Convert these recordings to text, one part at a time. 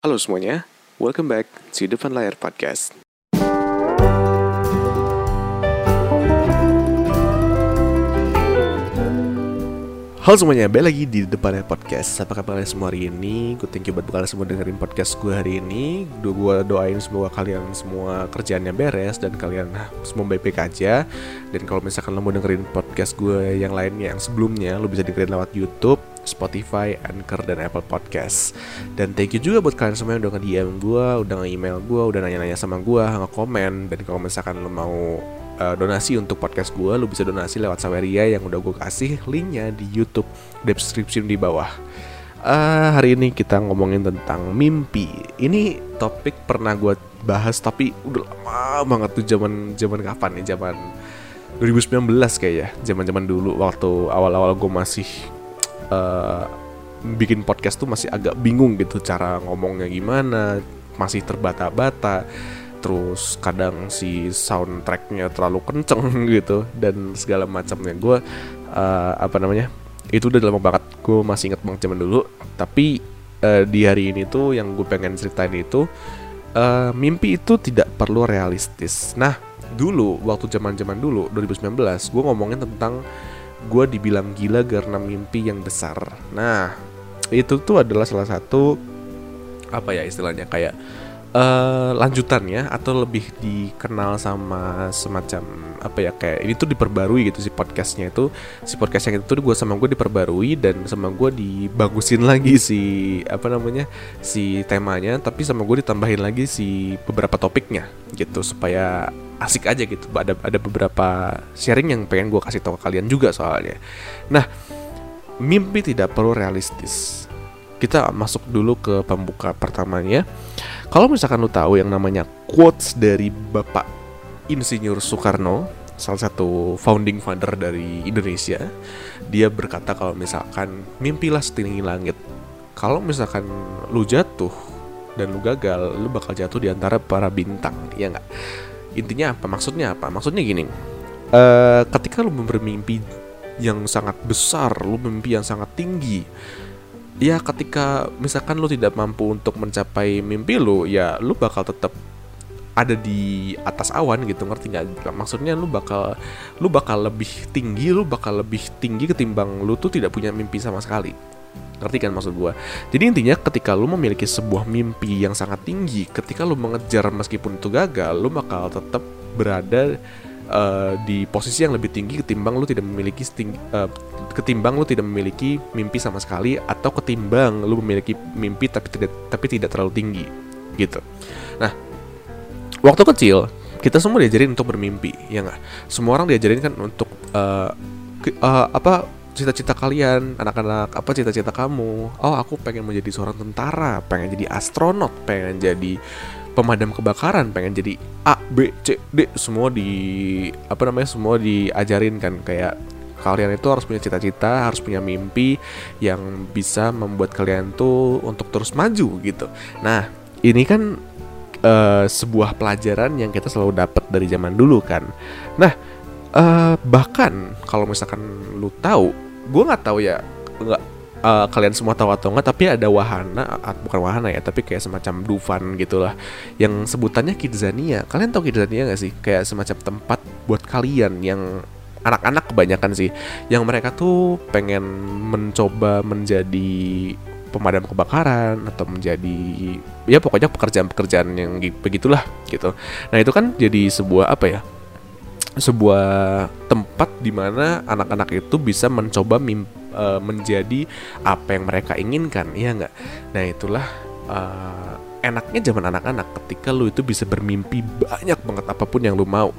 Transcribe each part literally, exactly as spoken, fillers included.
Halo semuanya, welcome back to Depan Layar Podcast. Halo semuanya, balik lagi di Depan Layar Podcast. Apa kabar kalian semua hari ini? Gue thank you buat kalian semua dengerin podcast gue hari ini. Gue doain semoga kalian semua kerjaannya beres dan kalian semua baik-baik aja. Dan kalau misalkan lo mau dengerin podcast gue yang lainnya, yang sebelumnya, lo bisa dengerin lewat YouTube, Spotify, Anchor, dan Apple Podcast. Dan thank you juga buat kalian semua yang udah nge-D M gue, udah nge-email gue, udah nanya-nanya sama gue, nge-komen. Dan kalau misalkan lo mau uh, donasi untuk podcast gue, lo bisa donasi lewat Saweria yang udah gue kasih linknya di YouTube description di bawah. uh, Hari ini kita ngomongin tentang mimpi. Ini topik pernah gue bahas tapi udah lama banget tuh, zaman zaman kapan nih? Zaman dua ribu sembilan belas kayak ya, zaman-zaman dulu waktu awal-awal gue masih Uh, bikin podcast tuh masih agak bingung gitu cara ngomongnya gimana, masih terbata-bata, terus kadang si soundtracknya terlalu kenceng gitu dan segala macamnya. Gue uh, apa namanya itu udah lama banget, gue masih inget banget zaman dulu. Tapi uh, di hari ini tuh yang gue pengen ceritain itu uh, mimpi itu tidak perlu realistis. Nah dulu waktu zaman-zaman dulu dua ribu sembilan belas gue ngomongin tentang gue dibilang gila karena mimpi yang besar. Nah itu tuh adalah salah satu apa ya istilahnya kayak uh, lanjutannya atau lebih dikenal sama semacam apa ya, kayak ini tuh diperbarui gitu si podcastnya itu si podcast yang itu gue sama gue diperbarui dan sama gue dibagusin lagi si apa namanya si temanya, tapi sama gue ditambahin lagi si beberapa topiknya gitu supaya asik aja gitu. Ada ada beberapa sharing yang pengen gue kasih tahu ke kalian juga soalnya. Nah, mimpi tidak perlu realistis. Kita masuk dulu ke pembuka pertamanya. Kalau misalkan lu tahu yang namanya quotes dari Bapak Insinyur Soekarno, salah satu founding father dari Indonesia, dia berkata kalau misalkan mimpilah setinggi langit. Kalau misalkan lu jatuh dan lu gagal, lu bakal jatuh di antara para bintang, ya nggak? Intinya apa? Maksudnya apa? Maksudnya gini, uh, ketika lu bermimpi yang sangat besar, lu mimpi yang sangat tinggi, ya ketika misalkan lu tidak mampu untuk mencapai mimpi lu, ya lu bakal tetap ada di atas awan gitu, ngerti nggak? Maksudnya lu bakal lu bakal lebih tinggi, lu bakal lebih tinggi ketimbang lu tuh tidak punya mimpi sama sekali. Ngerti kan maksud gue? Jadi intinya ketika lu memiliki sebuah mimpi yang sangat tinggi, ketika lu mengejar meskipun itu gagal, lu bakal tetap berada uh, di posisi yang lebih tinggi ketimbang lu tidak memiliki sting, uh, ketimbang lu tidak memiliki mimpi sama sekali, atau ketimbang lu memiliki mimpi tapi tidak tapi tidak terlalu tinggi gitu. Nah, waktu kecil kita semua diajarin untuk bermimpi, ya nggak? Semua orang diajarin kan untuk uh, ke, uh, apa cita-cita kalian, anak-anak, apa cita-cita kamu? Oh, aku pengen menjadi seorang tentara, pengen jadi astronot, pengen jadi pemadam kebakaran, pengen jadi A, B, C, D, semua di apa namanya, semua diajarin kan, kayak kalian itu harus punya cita-cita, harus punya mimpi yang bisa membuat kalian tuh untuk terus maju gitu. Nah, ini kan uh, sebuah pelajaran yang kita selalu dapat dari zaman dulu kan. Nah, Uh, bahkan kalau misalkan lu tahu, gue nggak tahu ya, nggak uh, kalian semua tahu atau nggak, tapi ada wahana, uh, bukan wahana ya, tapi kayak semacam Dufan gitulah, yang sebutannya Kidzania. Kalian tahu Kidzania nggak sih? Kayak semacam tempat buat kalian yang anak-anak kebanyakan sih, yang mereka tuh pengen mencoba menjadi pemadam kebakaran atau menjadi ya pokoknya pekerjaan-pekerjaan yang begitulah gitu. Nah itu kan jadi sebuah apa ya? sebuah tempat di mana anak-anak itu bisa mencoba mimpi, uh, menjadi apa yang mereka inginkan, ya nggak? Nah itulah uh, enaknya zaman anak-anak ketika lu itu bisa bermimpi banyak banget apapun yang lu mau.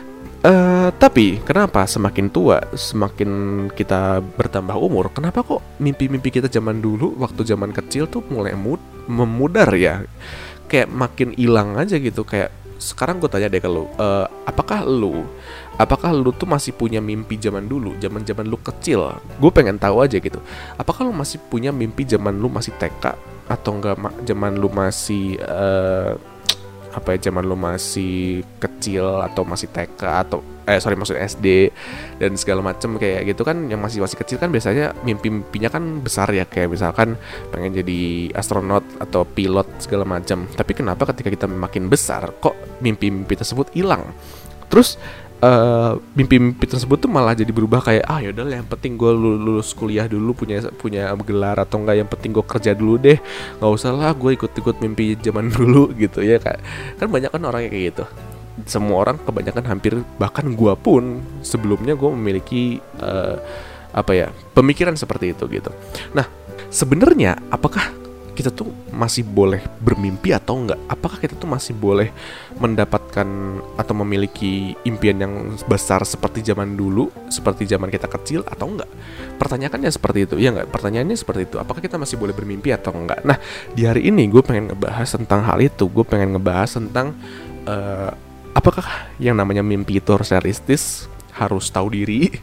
Uh, tapi kenapa semakin tua, semakin kita bertambah umur, kenapa kok mimpi-mimpi kita zaman dulu waktu zaman kecil tuh mulai mud- memudar ya? Kayak makin hilang aja gitu. Kayak sekarang gue tanya deh ke lu, uh, apakah lu apakah lu tuh masih punya mimpi zaman dulu, zaman zaman lu kecil? Gue pengen tahu aja gitu. Apakah lu masih punya mimpi zaman lu masih T K, atau enggak ma- zaman lu masih uh, apa ya, zaman lu masih kecil atau masih T K atau eh sorry maksud S D dan segala macem kayak gitu kan, yang masih masih kecil kan biasanya mimpi-mimpinya kan besar ya, kayak misalkan pengen jadi astronot atau pilot segala macam. Tapi kenapa ketika kita makin besar kok mimpi-mimpi tersebut hilang? Terus Uh, mimpi-mimpi tersebut tuh malah jadi berubah kayak ah yaudah yang penting gue lulus kuliah dulu, punya punya gelar atau enggak, yang penting gue kerja dulu deh, nggak usah lah gue ikut-ikut mimpi zaman dulu gitu ya kak. Kan banyak kan orang kayak gitu, semua orang, kebanyakan hampir bahkan gue pun sebelumnya gue memiliki uh, apa ya pemikiran seperti itu gitu. Nah sebenarnya apakah kita tuh masih boleh bermimpi atau enggak? Apakah kita tuh masih boleh mendapatkan atau memiliki impian yang besar seperti zaman dulu, seperti zaman kita kecil atau enggak? Pertanyaannya seperti itu, ya enggak? Pertanyaannya seperti itu. Apakah kita masih boleh bermimpi atau enggak? Nah, di hari ini gue pengen ngebahas tentang hal itu. Gue pengen ngebahas tentang uh, apakah yang namanya mimpi itu harus realistis, harus tahu diri,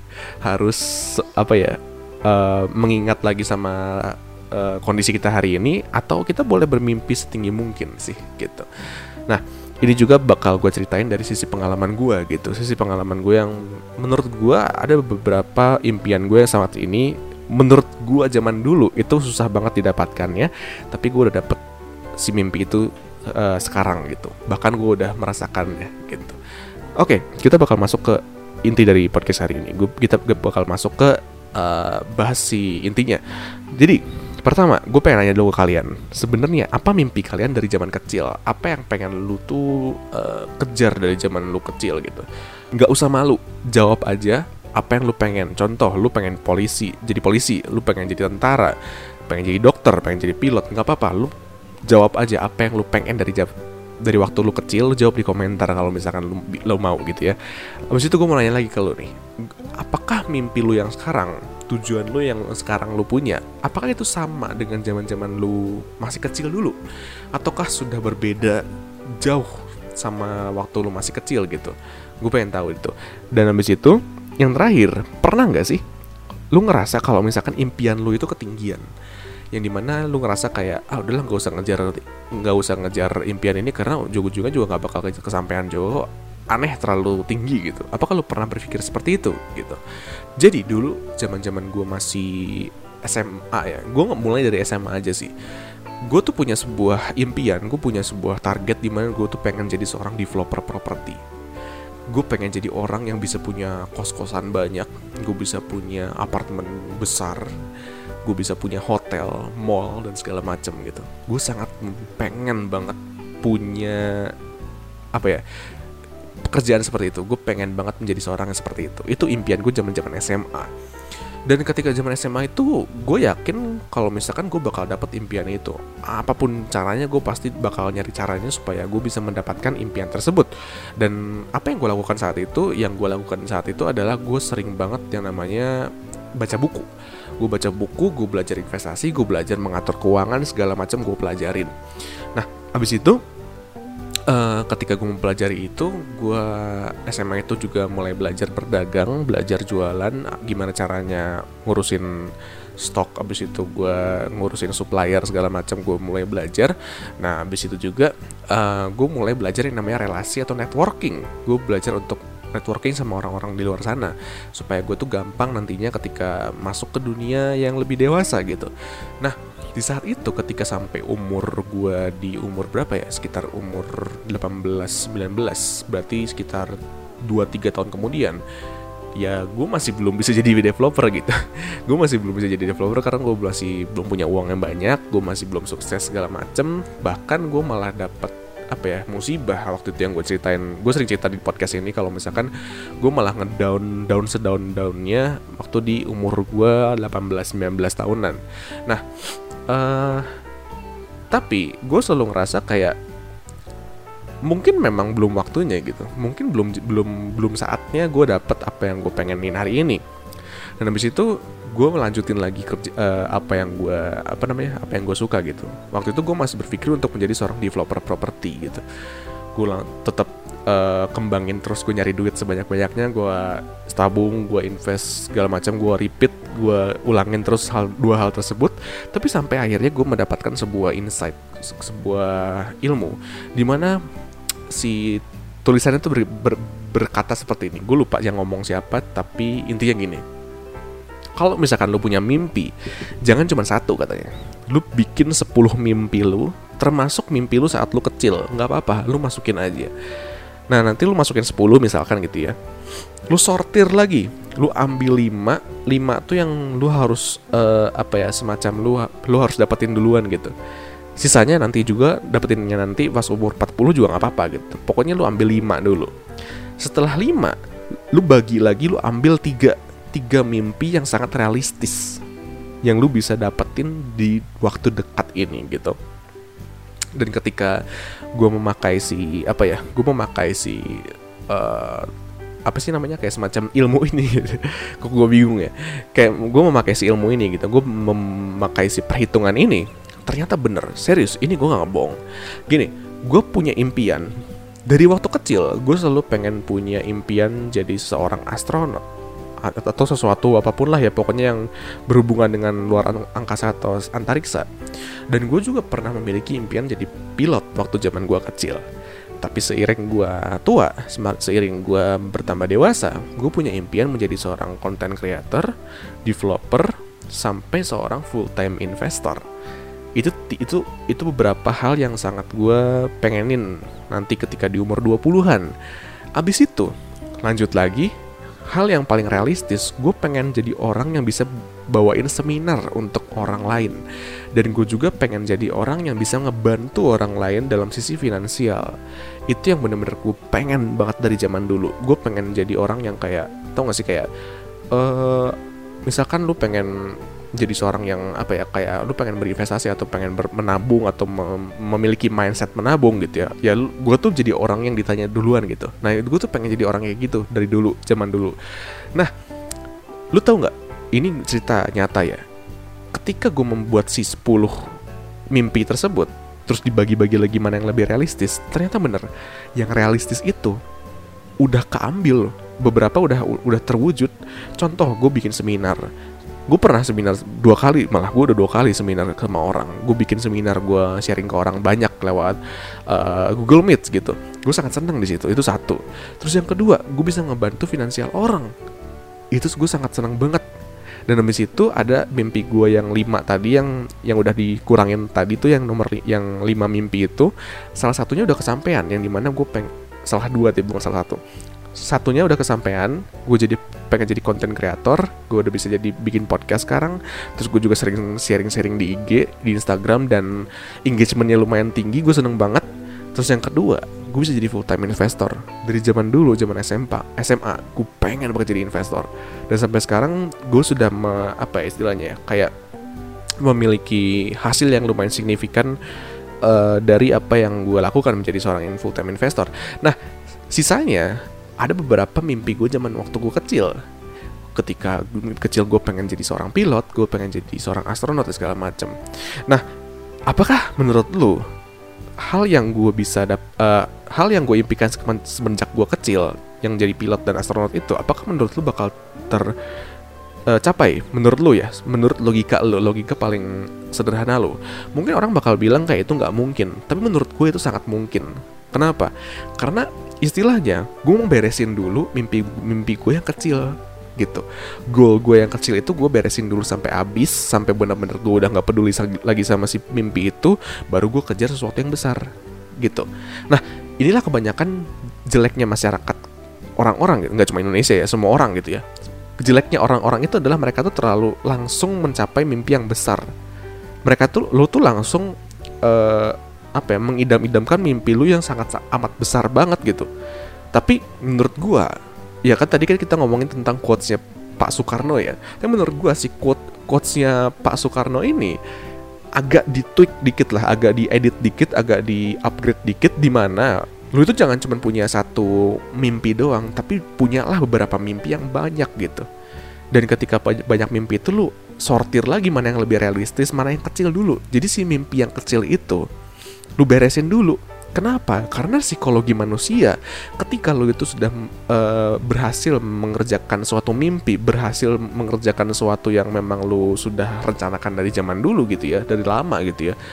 harus apa ya? Uh, mengingat lagi sama Uh, kondisi kita hari ini, atau kita boleh bermimpi setinggi mungkin sih gitu. Nah ini juga bakal gue ceritain dari sisi pengalaman gue gitu, sisi pengalaman gue yang menurut gue ada beberapa impian gue yang saat ini menurut gue zaman dulu itu susah banget didapatkannya, tapi gue udah dapet si mimpi itu uh, sekarang gitu, bahkan gue udah merasakannya gitu. Oke, kita bakal masuk ke inti dari podcast hari ini. Gue kita bakal masuk ke uh, bahas si intinya. Jadi pertama, gue pengen nanya dulu ke kalian, sebenarnya apa mimpi kalian dari zaman kecil? Apa yang pengen lu tuh uh, kejar dari zaman lu kecil gitu? Gak usah malu, jawab aja apa yang lu pengen. Contoh, lu pengen polisi, jadi polisi. Lu pengen jadi tentara, pengen jadi dokter, pengen jadi pilot. Gak apa-apa, lu jawab aja apa yang lu pengen dari dari waktu lu kecil. Lu jawab di komentar kalau misalkan lu, lu mau gitu ya. Habis itu gue mau nanya lagi ke lu nih, apakah mimpi lu yang sekarang, tujuan lu yang sekarang lu punya, apakah itu sama dengan zaman-zaman lu masih kecil dulu? Ataukah sudah berbeda jauh sama waktu lu masih kecil gitu? Gue pengen tahu itu. Dan habis itu, yang terakhir, pernah gak sih lu ngerasa kalau misalkan impian lu itu ketinggian? Yang dimana lu ngerasa kayak, ah udahlah gak usah ngejar Gak usah ngejar impian ini karena ujung-ujungnya juga gak bakal kesampaian juga, aneh, terlalu tinggi gitu. Apakah lu pernah berpikir seperti itu gitu? Jadi dulu zaman-zaman gue masih S M A ya, gue mulai dari S M A aja sih. Gue tuh punya sebuah impian, gue punya sebuah target di mana gue tuh pengen jadi seorang developer properti. Gue pengen jadi orang yang bisa punya kos-kosan banyak, gue bisa punya apartemen besar, gue bisa punya hotel, mall dan segala macam gitu. Gue sangat pengen banget punya apa ya? pekerjaan seperti itu. Gue pengen banget menjadi seorang yang seperti itu. Itu impian gue zaman-zaman S M A. Dan ketika zaman S M A itu, gue yakin kalau misalkan gue bakal dapet impian itu, apapun caranya gue pasti bakal nyari caranya supaya gue bisa mendapatkan impian tersebut. Dan apa yang gue lakukan saat itu, yang gue lakukan saat itu adalah gue sering banget yang namanya baca buku. Gue baca buku, gue belajar investasi, gue belajar mengatur keuangan, segala macam gue pelajarin. Nah, abis itu Uh, ketika gue mempelajari itu, gue S M A itu juga mulai belajar berdagang, belajar jualan, gimana caranya ngurusin stok. Abis itu gue ngurusin supplier segala macam, gue mulai belajar. Nah abis itu juga uh, gue mulai belajar yang namanya relasi atau networking. Gue belajar untuk networking sama orang-orang di luar sana supaya gue tuh gampang nantinya ketika masuk ke dunia yang lebih dewasa gitu. Nah di saat itu ketika sampai umur gue di umur berapa ya, sekitar umur delapan belas sembilan belas, berarti sekitar dua tiga tahun kemudian, ya gue masih belum bisa jadi developer gitu. Gue masih belum bisa jadi developer karena gue masih belum punya uang yang banyak, gue masih belum sukses segala macem. Bahkan gue malah dapet apa ya, musibah waktu itu yang gue ceritain. Gue sering cerita di podcast ini kalau misalkan gue malah ngedown down sedown downnya waktu di umur gue delapan belas sembilan belas tahunan. Nah Uh, tapi gue selalu ngerasa kayak mungkin memang belum waktunya gitu, mungkin belum belum belum saatnya gue dapet apa yang gue pengenin hari ini. Dan habis itu gue melanjutin lagi kerja, uh, apa yang gue apa namanya apa yang gue suka gitu. Waktu itu gue masih berpikir untuk menjadi seorang developer properti gitu. Gue tetap uh, kembangin terus, gue nyari duit sebanyak-banyaknya, gue tabung, gue invest segala macam, gue repeat, gue ulangin terus hal dua hal tersebut. Tapi sampai akhirnya gue mendapatkan sebuah insight, sebuah ilmu, dimana si tulisannya tuh ber, ber, berkata seperti ini. Gue lupa yang ngomong siapa, tapi intinya gini. Kalau misalkan lu punya mimpi, jangan cuma satu katanya. Lu bikin sepuluh mimpi lu, termasuk mimpi lu saat lu kecil. Nggak apa-apa, lu masukin aja. Nah, nanti lu masukin sepuluh misalkan gitu ya. Lu sortir lagi. Lu ambil lima, lima tuh yang lu harus uh, apa ya, semacam lu lu harus dapetin duluan gitu. Sisanya nanti juga dapetinnya nanti pas umur empat puluh juga nggak apa-apa gitu. Pokoknya lu ambil lima dulu. Setelah lima, lu bagi lagi, lu ambil tiga. Tiga mimpi yang sangat realistis yang lu bisa dapetin di waktu dekat ini gitu. Dan ketika gue memakai si apa ya, gue memakai si uh, apa sih namanya, kayak semacam ilmu ini kok gue bingung ya, kayak gue memakai si ilmu ini gitu, gue memakai si perhitungan ini, ternyata bener, serius, ini gue gak ngebohong. Gini, gue punya impian dari waktu kecil. Gue selalu pengen punya impian jadi seorang astronot atau sesuatu apapun lah ya, pokoknya yang berhubungan dengan luar angkasa atau antariksa. Dan gue juga pernah memiliki impian jadi pilot waktu zaman gue kecil. Tapi seiring gue tua, seiring gue bertambah dewasa, gue punya impian menjadi seorang content creator, developer, sampai seorang full time investor. Itu itu itu beberapa hal yang sangat gue pengenin nanti ketika di umur dua puluhan. Abis itu lanjut lagi, hal yang paling realistis, gue pengen jadi orang yang bisa bawain seminar untuk orang lain. Dan gue juga pengen jadi orang yang bisa ngebantu orang lain dalam sisi finansial. Itu yang bener-bener gue pengen banget dari zaman dulu. Gue pengen jadi orang yang kayak, tau gak sih, kayak uh, misalkan lu pengen jadi seorang yang apa ya, kayak lu pengen berinvestasi atau pengen ber- menabung atau mem- memiliki mindset menabung gitu ya. Ya gue tuh jadi orang yang ditanya duluan gitu. Nah gue tuh pengen jadi orang kayak gitu dari dulu, zaman dulu. Nah, lu tahu nggak? Ini cerita nyata ya. Ketika gue membuat si sepuluh mimpi tersebut, terus dibagi-bagi lagi mana yang lebih realistis, ternyata bener, yang realistis itu udah keambil, beberapa udah udah terwujud. Contoh, gue bikin seminar. Gue pernah seminar dua kali, malah gue udah dua kali seminar sama orang. Gue bikin seminar, gue sharing ke orang banyak lewat uh, Google Meet gitu. Gue sangat senang di situ. Itu satu. Terus yang kedua, gue bisa ngebantu finansial orang. Itu gue sangat senang banget. Dan habis itu ada mimpi gue yang lima tadi, yang yang udah dikurangin tadi tuh, yang nomor li- yang lima mimpi itu, salah satunya udah kesampaian. Yang dimana gue peng salah dua, tapi bukan salah satu. Satunya udah kesampaian, gue jadi pengen jadi content creator, gue udah bisa jadi bikin podcast sekarang. Terus gue juga sering sharing-sharing di I G, di Instagram, dan engagementnya lumayan tinggi, gue seneng banget. Terus yang kedua, gue bisa jadi full time investor. Dari zaman dulu, zaman S M A, S M A, gue pengen banget jadi investor. Dan sampai sekarang gue sudah me, apa ya istilahnya ya, kayak memiliki hasil yang lumayan signifikan uh, dari apa yang gue lakukan menjadi seorang full time investor. Nah, sisanya ada beberapa mimpi gue zaman waktu gue kecil. Ketika kecil gue pengen jadi seorang pilot, gue pengen jadi seorang astronot dan segala macam. Nah, apakah menurut lu hal yang gue bisa dap, uh, hal yang gue impikan semenjak gue kecil, yang jadi pilot dan astronot itu, apakah menurut lu bakal tercapai? Uh, menurut lu ya, menurut logika lu, logika paling sederhana lu, mungkin orang bakal bilang kayak itu nggak mungkin. Tapi menurut gue itu sangat mungkin. Kenapa? Karena istilahnya gue mau beresin dulu mimpi mimpi gue yang kecil gitu. Goal gue yang kecil itu gue beresin dulu sampai habis, sampai benar-benar gue udah nggak peduli lagi sama si mimpi itu, baru gue kejar sesuatu yang besar gitu. Nah, inilah kebanyakan jeleknya masyarakat, orang-orang, nggak cuma Indonesia ya, semua orang gitu ya. Jeleknya orang-orang itu adalah mereka tuh terlalu langsung mencapai mimpi yang besar. Mereka tuh, lo tuh langsung uh, apa ya, mengidam-idamkan mimpi lu yang sangat amat besar banget gitu. Tapi menurut gua, ya kan tadi kan kita ngomongin tentang quotes-nya Pak Soekarno ya. Tapi menurut gua si quote quotes-nya Pak Soekarno ini agak ditweak dikit lah, agak diedit dikit, agak di-upgrade dikit, di mana lu itu jangan cuma punya satu mimpi doang, tapi punyalah beberapa mimpi yang banyak gitu. Dan ketika banyak mimpi itu, lu sortir lagi mana yang lebih realistis, mana yang kecil dulu. Jadi si mimpi yang kecil itu lu beresin dulu. Kenapa? Karena psikologi manusia, ketika lu itu sudah uh, berhasil mengerjakan suatu mimpi, berhasil mengerjakan sesuatu yang memang lu sudah rencanakan dari zaman dulu gitu ya, dari lama gitu ya,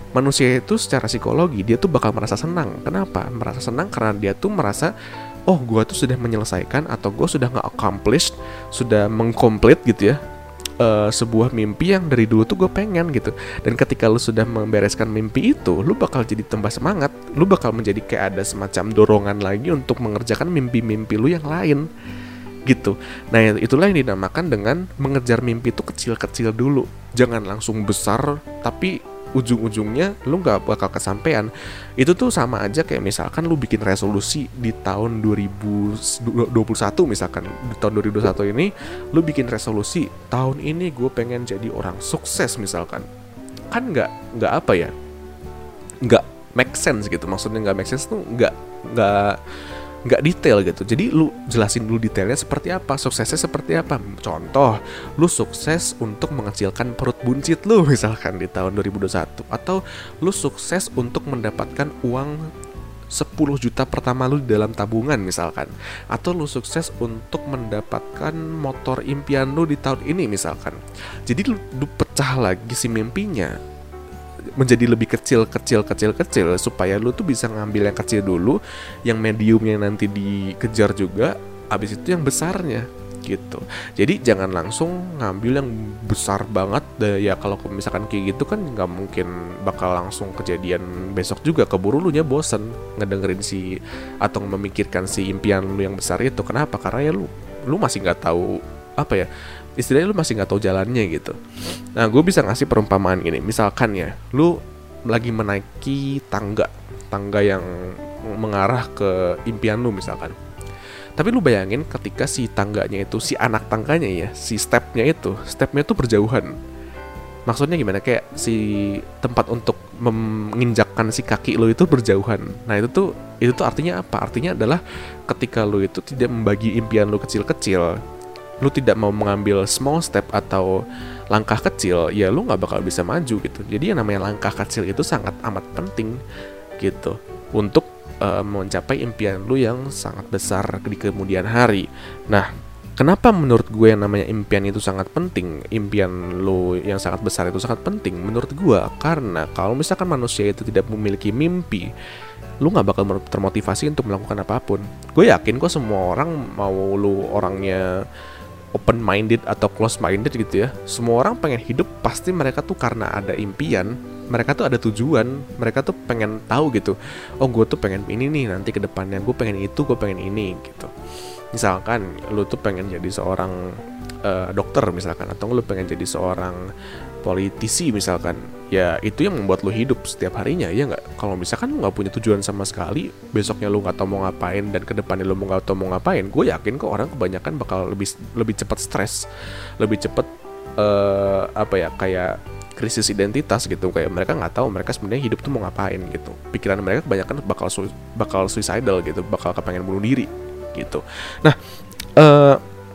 manusia itu secara psikologi dia tuh bakal merasa senang. Kenapa? Merasa senang karena dia tuh merasa, oh gue tuh sudah menyelesaikan atau gue sudah nge-accomplish, sudah mengkomplit gitu ya, uh, sebuah mimpi yang dari dulu tuh gue pengen gitu. Dan ketika lu sudah membereskan mimpi itu, lu bakal jadi tambah semangat, lu bakal menjadi kayak ada semacam dorongan lagi untuk mengerjakan mimpi-mimpi lu yang lain gitu. Nah itulah yang dinamakan dengan mengejar mimpi itu kecil-kecil dulu, jangan langsung besar tapi ujung-ujungnya lu nggak bakal kesampaian. Itu tuh sama aja kayak misalkan lu bikin resolusi di tahun dua ribu dua puluh satu, misalkan di tahun dua ribu dua puluh satu ini lu bikin resolusi, tahun ini gue pengen jadi orang sukses misalkan, kan nggak nggak apa ya, nggak make sense gitu. Maksudnya nggak make sense tuh nggak nggak nggak detail gitu. Jadi lu jelasin dulu detailnya seperti apa, suksesnya seperti apa. Contoh, lu sukses untuk mengecilkan perut buncit lu misalkan di tahun dua ribu dua puluh satu, atau lu sukses untuk mendapatkan uang sepuluh juta pertama lu di dalam tabungan misalkan, atau lu sukses untuk mendapatkan motor impian lu di tahun ini misalkan. Jadi lu, lu pecah lagi si mimpinya menjadi lebih kecil, kecil, kecil, kecil, supaya lu tuh bisa ngambil yang kecil dulu, yang mediumnya nanti dikejar juga, abis itu yang besarnya gitu. Jadi jangan langsung ngambil yang besar banget. Ya kalau misalkan kayak gitu kan nggak mungkin bakal langsung kejadian besok juga. Keburu lu nya bosen ngedengerin si atau memikirkan si impian lu yang besar itu. Kenapa? Karena ya lu lu masih nggak tahu apa ya, istilahnya lu masih nggak tahu jalannya gitu. Nah gue bisa ngasih perumpamaan gini, misalkan ya lu lagi menaiki tangga tangga yang mengarah ke impian lu misalkan. Tapi lu bayangin ketika si tangganya itu, si anak tangganya ya, si stepnya itu stepnya itu berjauhan. Maksudnya gimana, kayak si tempat untuk menginjakkan si kaki lu itu berjauhan. Nah itu tuh itu tuh artinya apa? Artinya adalah ketika lu itu tidak membagi impian lu kecil-kecil, lu tidak mau mengambil small step atau langkah kecil, ya lu gak bakal bisa maju gitu. Jadi yang namanya langkah kecil itu sangat amat penting gitu untuk uh, mencapai impian lu yang sangat besar di kemudian hari. Nah, kenapa menurut gue yang namanya impian itu sangat penting, impian lu yang sangat besar itu sangat penting menurut gue? Karena kalau misalkan manusia itu tidak memiliki mimpi, lu gak bakal termotivasi untuk melakukan apapun. Gue yakin kok semua orang, mau lu orangnya open minded atau close minded gitu ya, semua orang pengen hidup pasti mereka tuh karena ada impian, mereka tuh ada tujuan, mereka tuh pengen tahu gitu, oh gue tuh pengen ini nih nanti ke depannya, gue pengen itu, gue pengen ini gitu. Misalkan lu tuh pengen jadi seorang uh, dokter misalkan, atau lu pengen jadi seorang politisi misalkan, ya itu yang membuat lu hidup setiap harinya, ya nggak? Kalau misalkan lu nggak punya tujuan sama sekali, besoknya lu nggak tahu mau ngapain, dan kedepannya lu mau nggak tahu mau ngapain, gue yakin kok orang kebanyakan bakal lebih lebih cepat stres, lebih cepat uh, apa ya, kayak krisis identitas gitu. Kayak mereka nggak tahu mereka sebenarnya hidup tuh mau ngapain gitu. Pikiran mereka kebanyakan bakal su- bakal suicidal gitu, bakal kepengen bunuh diri gitu. Nah, uh,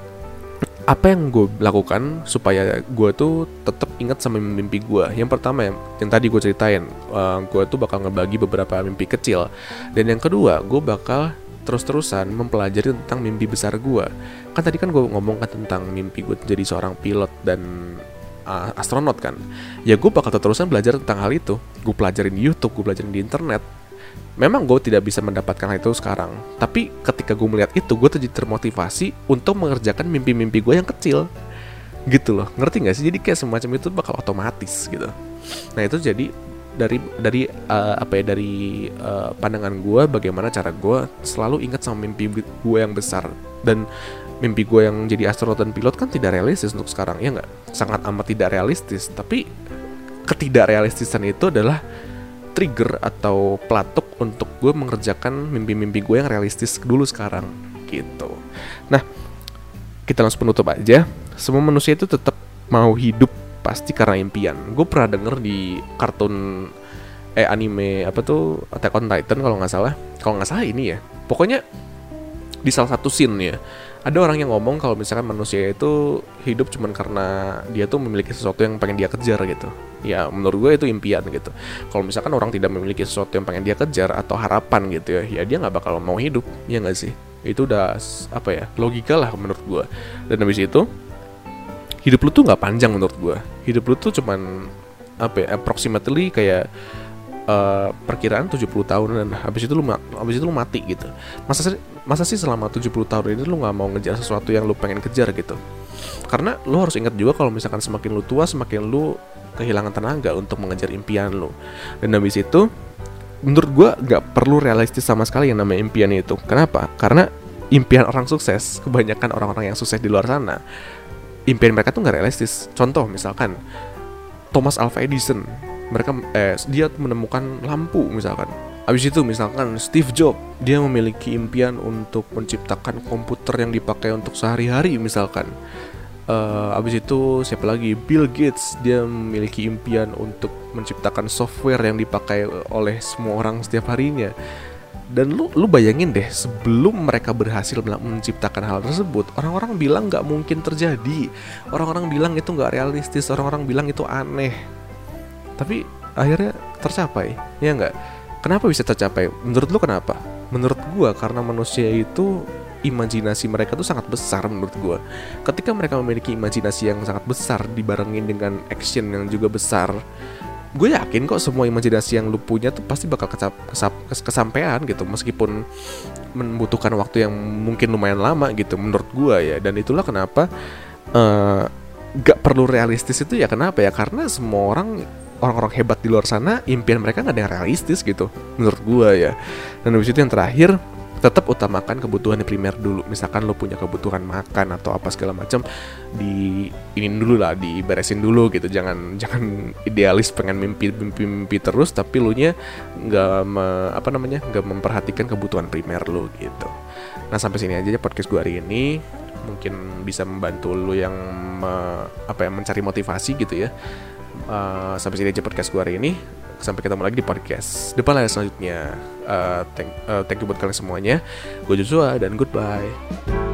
apa yang gue lakukan supaya gue tuh tetap ingat sama mimpi gue? Yang pertama yang, yang tadi gue ceritain, uh, gue tuh bakal ngebagi beberapa mimpi kecil. Dan yang kedua, gue bakal terus-terusan mempelajari tentang mimpi besar gue. Kan tadi kan gue ngomongkan tentang mimpi gue jadi seorang pilot dan uh, astronot kan. Ya gue bakal terus-terusan belajar tentang hal itu. Gue pelajarin di YouTube, gue pelajarin di internet. Memang gue tidak bisa mendapatkan hal itu sekarang, tapi ketika gue melihat itu, gue jadi termotivasi untuk mengerjakan mimpi-mimpi gue yang kecil gitu loh. Ngerti gak sih? Jadi kayak semacam itu bakal otomatis gitu. Nah itu jadi dari dari uh, apa ya dari uh, pandangan gue, bagaimana cara gue selalu ingat sama mimpi gue yang besar. Dan mimpi gue yang jadi astronot dan pilot kan tidak realistis untuk sekarang, ya nggak? Sangat amat tidak realistis. Tapi ketidakrealistisan itu adalah trigger atau pelatuk untuk gue mengerjakan mimpi-mimpi gue yang realistis dulu sekarang gitu. Nah, kita langsung penutup aja. Semua manusia itu tetap mau hidup pasti karena impian. Gue pernah denger di kartun eh anime apa tuh, Attack on Titan kalau nggak salah. Kalau nggak salah ini ya. Pokoknya di salah satu scene ya, ada orang yang ngomong kalau misalkan manusia itu hidup cuman karena dia tuh memiliki sesuatu yang pengen dia kejar gitu. Ya menurut gue itu impian gitu. Kalau misalkan orang tidak memiliki sesuatu yang pengen dia kejar atau harapan gitu ya, ya dia nggak bakal mau hidup, ya nggak sih? Itu udah apa ya, logika lah menurut gue. Dan habis itu hidup lu tuh nggak panjang menurut gue. Hidup lu tuh cuman apa ya, approximately kayak uh, perkiraan tujuh puluh tahun dan habis itu lu habis itu lu mati gitu. Masa sih masa sih selama tujuh puluh tahun ini lu nggak mau ngejar sesuatu yang lu pengen kejar gitu. Karena lu harus ingat juga kalau misalkan semakin lu tua semakin lu kehilangan tenaga untuk mengejar impian lu. Dan habis itu menurut gue nggak perlu realistis sama sekali yang namanya impian itu. Kenapa? Karena impian orang sukses, kebanyakan orang-orang yang sukses di luar sana, impian mereka tuh nggak realistis. Contoh misalkan Thomas Alva Edison, mereka eh, dia menemukan lampu misalkan. Abis itu misalkan Steve Jobs, dia memiliki impian untuk menciptakan komputer yang dipakai untuk sehari-hari misalkan. Uh, abis itu siapa lagi? Bill Gates, dia memiliki impian untuk menciptakan software yang dipakai oleh semua orang setiap harinya. Dan lu lu bayangin deh, sebelum mereka berhasil menciptakan hal tersebut, orang-orang bilang nggak mungkin terjadi, orang-orang bilang itu nggak realistis, orang-orang bilang itu aneh. Tapi akhirnya tercapai, ya nggak? Kenapa bisa tercapai? Menurut lu kenapa? Menurut gua karena manusia itu imajinasi mereka tuh sangat besar menurut gue. Ketika mereka memiliki imajinasi yang sangat besar dibarengin dengan action yang juga besar, gue yakin kok semua imajinasi yang lu punya tuh pasti bakal kesap, kesap, kesampaian gitu, meskipun membutuhkan waktu yang mungkin lumayan lama gitu menurut gue ya. Dan itulah kenapa uh, gak perlu realistis itu ya. Kenapa ya? Karena semua orang orang-orang hebat di luar sana impian mereka gak ada yang realistis gitu menurut gue ya. Dan habis itu yang terakhir, tetap utamakan kebutuhan primer dulu. Misalkan lo punya kebutuhan makan atau apa segala macam, di ini dulu lah, diberesin dulu gitu. Jangan jangan idealis pengen mimpi mimpi, mimpi terus tapi lo nya nggak me, apa namanya nggak memperhatikan kebutuhan primer lo gitu. Nah sampai sini aja podcast gue hari ini. Mungkin bisa membantu lo yang me, apa ya mencari motivasi gitu ya. Uh, sampai sini aja podcast gue hari ini. Sampai ketemu lagi di podcast depan layar selanjutnya. uh, thank, uh, thank you buat kalian semuanya. Gue Joshua dan goodbye.